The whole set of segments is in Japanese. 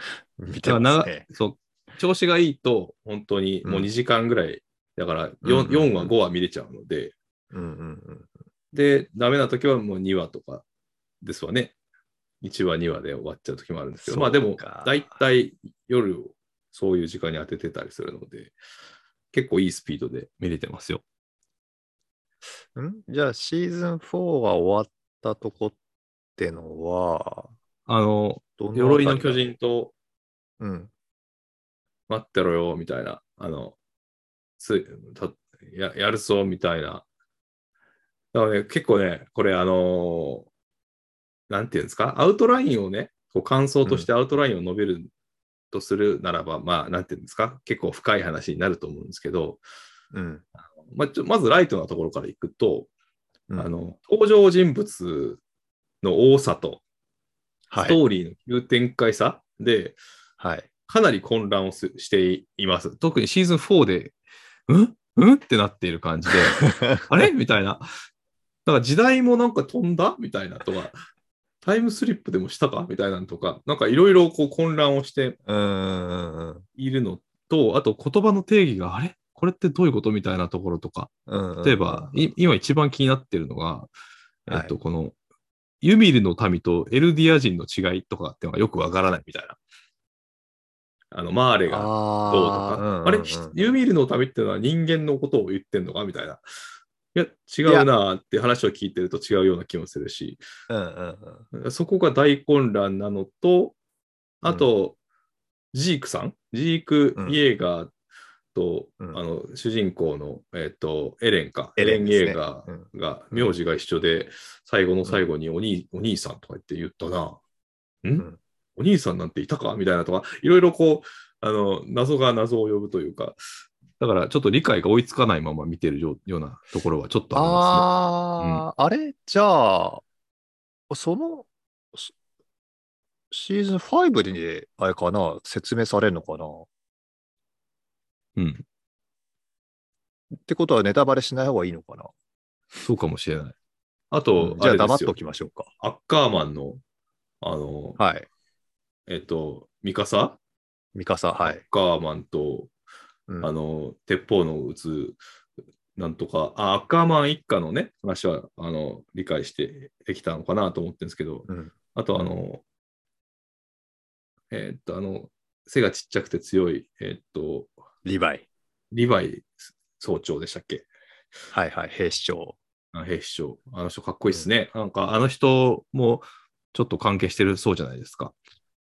見てだからますね。 そう、調子がいいと、本当にもううん。 2時間ぐらい、だからうんうん 4話、 うん。 5話見れちゃうので、 うんうんうん。 で、ダメな時はもう2話とかですわね。1話、2話で終わっちゃう時もあるんですけど、まあでそうも、だいか。 たい夜をそういう時間に当ててたりするので、結構いいスピードで見れてますよ。 じゃあシーズン4が終わったとこってのは、 あの、 どのあ鎧の巨たりだろ人とう。うん。 待ってろよ、みたいな、つたやるぞ、みたいな。だからね、結構ね、これなんていうんですか、アウトラインをね、こう感想うん。 としてアウトラインを述べるとするならば、まあ、なんていうんですか、結構深い話になると思うんですけど、 うん。 まずライトなところからいくと、 うん。 登場人物の多さと、スはい。 トーリーの急展開さで、 はい。 かなり混乱をしています。特にシーズン4で、うんってなっている感じで、あれみたいな。だから時代もなんか飛んだみたいなとか、タイムスリップでもしたかみたいなのとか、なんかいろいろこう混乱をしてうーん。 いるのと、あと言葉の定義があれこれってどういうことみたいなところとか、 うんうんうん例えば、 うん。 今一番気になってるのが、 はい。 この、ユミルの民とエルディア人の違いとかっていうのがよくわからないみたいな。マーレがどうとああ、うか、あれんうんうんうん。 ユミルの民っていうのは人間のことを言ってんのかみたいな。いや、違いや、 うなって話を聞いてると違うような気もするし、 うんうんそこが大混乱なのと、 うん。 あと、ジーク・イうんエーガーと、 うん。 主人公の、エレンか。エエレン・イレンですね。 エーガうん。 ーが、 うん。 名字が一緒で、最後のうん。 最後にお兄さんとか言って言ったな。んうん。 お兄さんなんていたかみたいなとか、いろいろこう、謎が謎を呼ぶというか、だからちょっと理解が追いつかないまま見てるようなところはちょっとありますね。うん。 ああ、あれじゃあ、その、シシーズン5で、あれかな、説明されるのかなっうん。 てことはネタバレしない方がいいのかな。 そうかもしれない。あと、 じゃああれですよ。 黙っときましょうか。 アッカーマンの、あの、 はい。 ミカサミカサ、 アッはい。 カーマンと、 うん。 鉄砲の撃つ、なんとか、アッカーマン一家のね、話は、理解してできたのかなと思ってるんですけど、 うん。 あと、 うん。 背がちっちゃくて強い、 リヴァイ。 リヴァイ総長でしたっけ？ はいはい、兵士長。 兵士長。あの人かっこうん。 いいっすね。なんか、あの人もちょっと関係してるそうじゃないですか。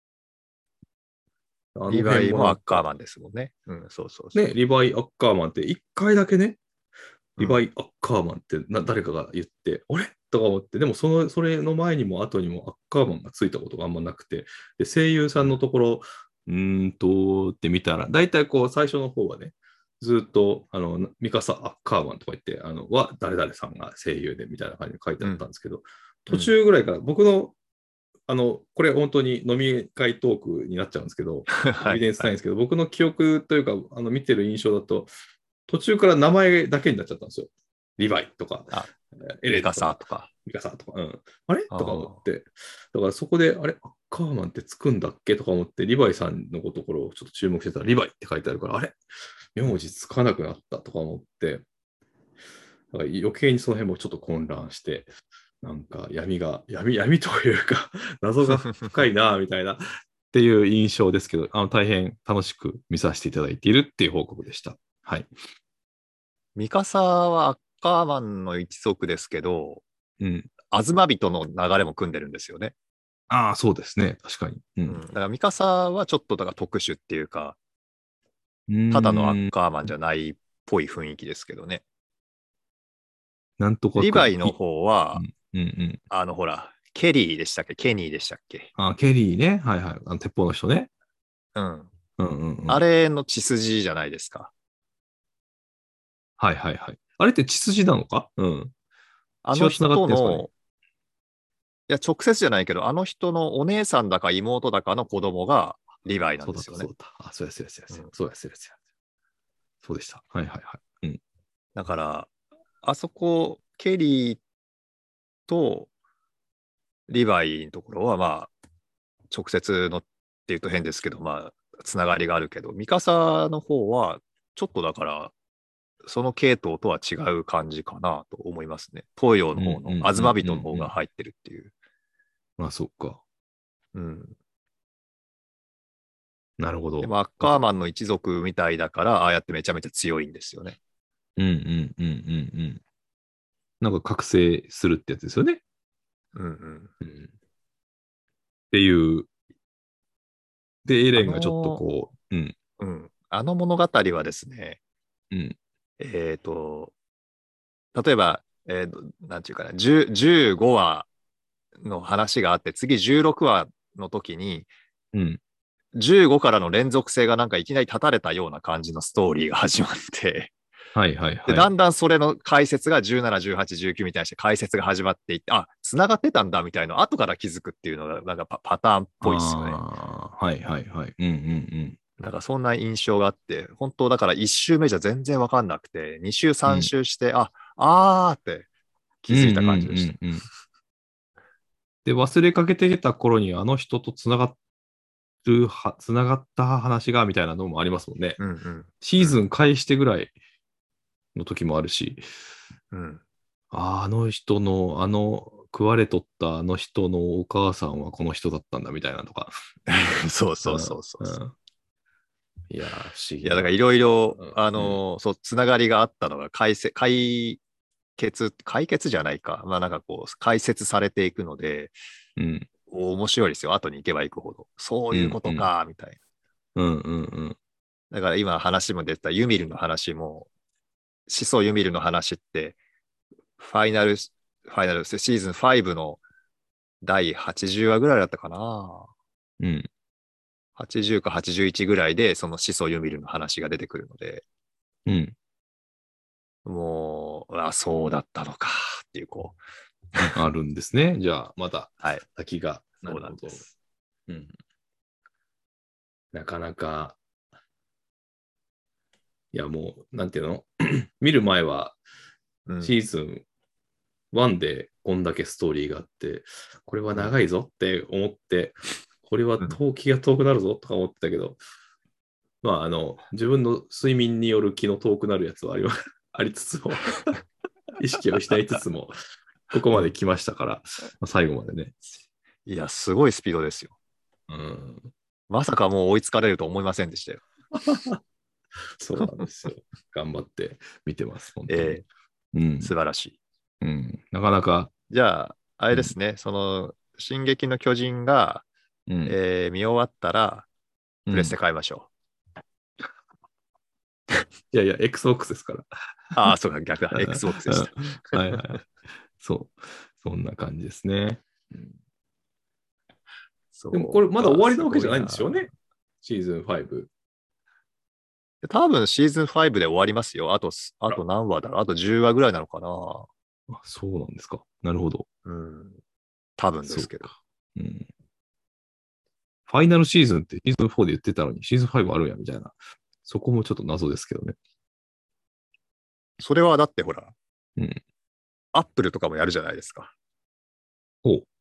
あの辺リヴァイもなんか、 もアッカーマンですもんね。うん、そうそうそね、リヴァイ・アッカーマンって一回だけね、 う。うん。 リヴァイ・アッカーマンって誰かが言って、あれとか思って、でもそれの前にも後にもアッカーマンがついたことがあんまなくて、で声優さんのうん。 ところ、って見たら、大体こう最初の方はね、ずっと、ミカサ・アッカーマンとか言って、誰々さんが声優でみたいな感じで書いてあったんうん。 ですけど、途うん。 中ぐらいから僕の、これ本当に飲み会トークになっちゃうんですけど、エビデはい、はい。 ンスないんですけど、僕の記憶というか、見てる印象だと、途中から名前だけになっちゃったんですよ。リヴァイとか、 あ、ミカエレンとか、 サとか。 ミカサとか、あれあとか思っあ。 て。だからそこで、あれアッカーマンってつくんだっけとか思って、リヴァイさんのところをちょっと注目してたら、リヴァイって書いてあるから、あれ名うん。 字つかなくなったとか思って、だから余計にその辺もちょっと混乱して、なんか闇というか、謎が深いな、みたいな、っていう印象ですけど、大変楽しく見させていただいているっていう報告でした。はい。 ミカサはアッカーマンの一族ですけど、 うん。 アズマビトの流れも組んでるんですよね。 ああ、そうですね。確かに。うん。 うん。だからミカサはちょっとだから特殊っていうか、 うただのアッーん。 カーマンじゃないっぽい雰囲気ですけどね。 なんとかリヴくん。 ァイの方は、 うん。うん。うん。 ほら、ケリーでしたっけケニーでしたっけ？ ケリーね。はいはい。鉄砲の人ね。 うん。 うんうんうん。 あれの血筋じゃないですか。 はいはいはい。あれって血筋なのか？うん。 あの血は繋がってんですかね。 人の、いや、直接じゃないけど、あの人のお姉さんだか妹だかの子供がリヴァイなんそうだっですよね。 たそうだった。そうやすやすやすや。 うん。 そうやすやすや。そうでした。はいはいはい。うん。 だから、あそこ、ケリーとリヴァイのところは、まあ、直接のっっていうと変ですけど、まあ、つながりがあるけど、ミカサの方は、ちょっとだから、その系統とは違う感じかなと思いますね。東洋の方の、アズマビトの方が入ってるっていう。 まあ、そっか。 うん。 なるほど。 でも、アッカーマンの一族みたいだから、ああやってめちゃめちゃ強いんですよね。 なんか覚醒するってやつですよね。 うんうん。 っていう。で、エあレンがちょっとの、 こう、 うん。あの物語はですね、 うん、 えっと、例えば、なんていうかな、15話の話があって、次16話の時に、 うん。 15からの連続性がなんかいきなり立たれたような感じのストーリーが始まって、 はいはいで、 はい。 だんだんそれの解説が17、18、19みたいにして解説が始まっていって、あ、繋がってたんだみたいな後から気づくっていうのがなんかパターンっぽいっすよね。 ああ、はいはいはい。 なんかそんな印象があって、本当だから1周目じゃ全然わかんなくて、2周3周して、あーって気づいた感じでした。 で、忘れかけてた頃にあの人とつながった話がみたいなのもありますもんね。 うんうん。 シーズン開してぐらいの時もあるし、 うん。 あの人の、食われとったあの人のお母さんはこの人だったんだみたいなのとか。 そうそううんそうそう。 うん、いやー、不思いや、だから議な。 いろいろ、 うん。 そう、つながりがあったのが解決じゃないか。まあなんかこう、解説されていくので、 うん。 面白いですよ。後に行けば行くほど。そういううん。うん。 ことか、みたいうん。うん。うん。 な。だから今話も出たユミルの話も、始祖ユミルの話って、ファイナルシーズン5の第80話ぐらいだったかな。 うん。 80か81ぐらいで、その始祖ユミルの話が出てくるので、 うん。 もう、そうだったのか、っていう、こう。 あるんですね。じゃあ、まだはい。 先が。なそうるほど。 なんです。 うん。なかなか、いやもう、なんていうの見る前は、 うん。 シーズン1でこんだけストーリーがあって、これはうん。 長いぞって思って、これはうん。 気が遠くなるぞとか思ってたけど、まあ、自分の睡眠による気の遠くなるやつはありつつも、意識を失いつつも、ここうん。 まで来ましたから、まあ、最後までね。 いや、すごいスピードですよ。 うん、 まさかもう追いつかれると思いませんでしたよ。 そうなんですよ。頑張って見てます、本当に。 ええ、 うん。 素晴らしい。 うん。なかなか、 じゃあ、あうん。 れですね、その、進撃の巨人が、 うん。 見終わったら、プレステうん。 買いましょいやいや、XBOX ですから。 う。ああ、そうか、逆だ。Xbox でした。 はいはい。そう。そんな感じですね。うん、でもこれまだ終そうか、 わりなわけじゃないんすごいな。 ですよね。シーズン5。 多分シーズン5で終わりますよ。ああと何話だろう。あと10話ぐらいなのかな。 あ、そうなんですか。なるほど。 うん。多分ですけど。 そうか。うん。ファイナルシーズンってシーズン4で言ってたのに、シーズン5あるんや、みたいな。そこもちょっと謎ですけどね。 それはだってほら、 うん。 アップルとかもやるじゃないですか。 おう。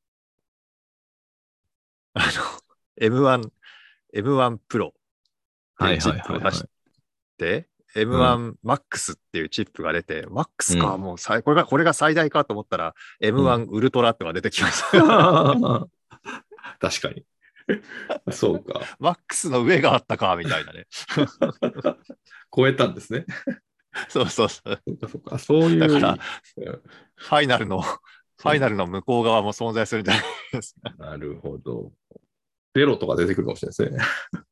あの、M1、M1 プロっていうチはいはいップを出しはいはい。 て、 うん。 M1 Max っていうチップが出て、Max か、 うん。 もうこれが最大かと思ったら、 うん。 M1 ウルトラってのが出てきました。 確かに。そうか。 Max の上があったか、みたいなね。 超えたんですね。 そうそうそう。 そうかそうか。そうだから、 いう、 ファイナルの、フうん。 ァイナルの向こう側も存在するんじゃないですか。 なるほど。ベロとか出てくるかもしれないですね。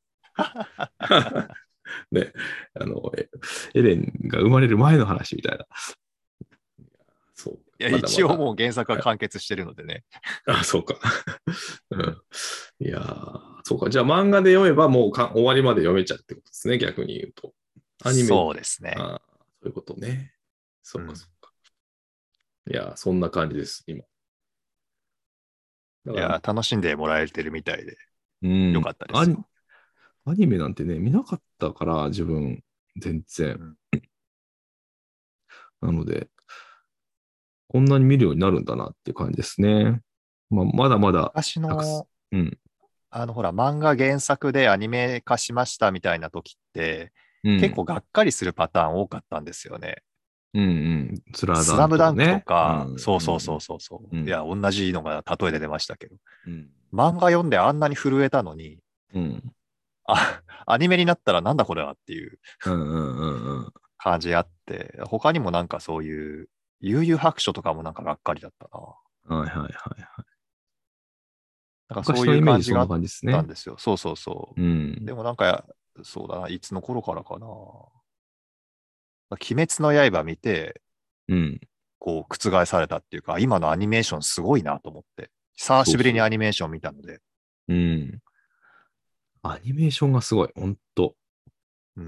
ね、あの、エレンが生まれる前の話みたいな。そう。 いや、一応まだまだ。 もう原作ははい、 完結してるのでね。 あ、そうか。ううん。 ん、いやー、そうか。じゃあ漫画で読めばもう終わりまで読めちゃうってことですね。逆に言うと。アニメ、 そうですね。 そういうことね。そうん。 うか、そうか。いやー、そんな感じです、今。だから、 いや、楽しんでもらえてるみたいで、 うん、 よかったですよ。 アニメなんてね、見なかったから、自分、全然。 うん、 なので、こんなに見るようになるんだなっていう感じですね。まあ、まだまだ昔たくす、 の、 うん。 ほら、漫画原作でアニメ化しましたみたいな時って、結構がっかりするパターン多かったんですよね。 うんうん。スラスダンラムダンクととかね。うか、 んそうそうそうそうそう。いうんや、同じのが例えで出ましたけど、 うん。 漫画読んであんなに震えたのに、 うん。 アニメになったらなんだこれはっていううんうんうんうん。 感じあって、他にもなんかそういう、悠々白書とかもなんかがっかりだったな。 はいはいはいはい。 なんかそういう昔のイメー感じがあっジそんな感じですね。 たんですよ。そうそうそうう。でん。 もなんか、そうだな、いつの頃からかな。鬼滅の刃見て、 うん。 こう、覆されたっていうか、今のアニメーションすごいなと思って。久しぶりにそうそう。 アニメーション見たので。 うん。アニメーションがすごい。ほんと。 うん。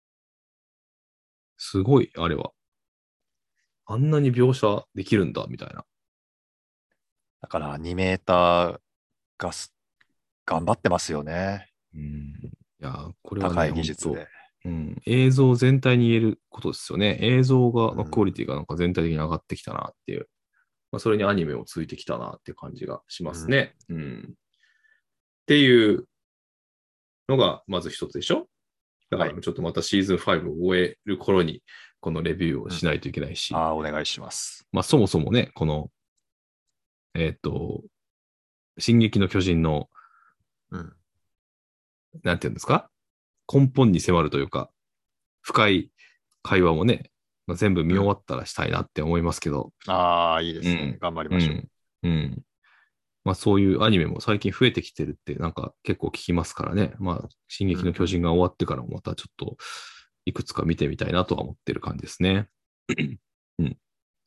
すごい、あれは。あんなに描写できるんだ、みたいな。 だからアニメーターが頑張ってますよね。 うん。いや、これはね、 高いほんと。 技術で。 うん。映像全体に言えることですよね。映像が、のクオリうん。 ティがなんか全体的に上がってきたなっていう。まあ、それにアニメをついてきたなっていう感じがしうん。 ますね。うん。っていうのが、まず一つでしょ。だかはい。 らちょっとまたシーズン5を終える頃に、このレビューをうん。 しないといけないし、 ああ、お願いします。 まあそもそもね、この、えっ、と、進撃の巨人の、 うん。 なんていうんですか、根本に迫るというか、深い会話もね、まあ、全部見うん。 終わったらしたいなって思いますけど、 ああ、いいですね。 うん、 頑張りましょうん、うん。まあそういうアニメも最近増えてきてるってなんか結構聞きますからね。まあ、進う。うん。 撃のうん。 巨人が終わってからもまたちょっといくつか見てみたいなとは思ってる感じですね。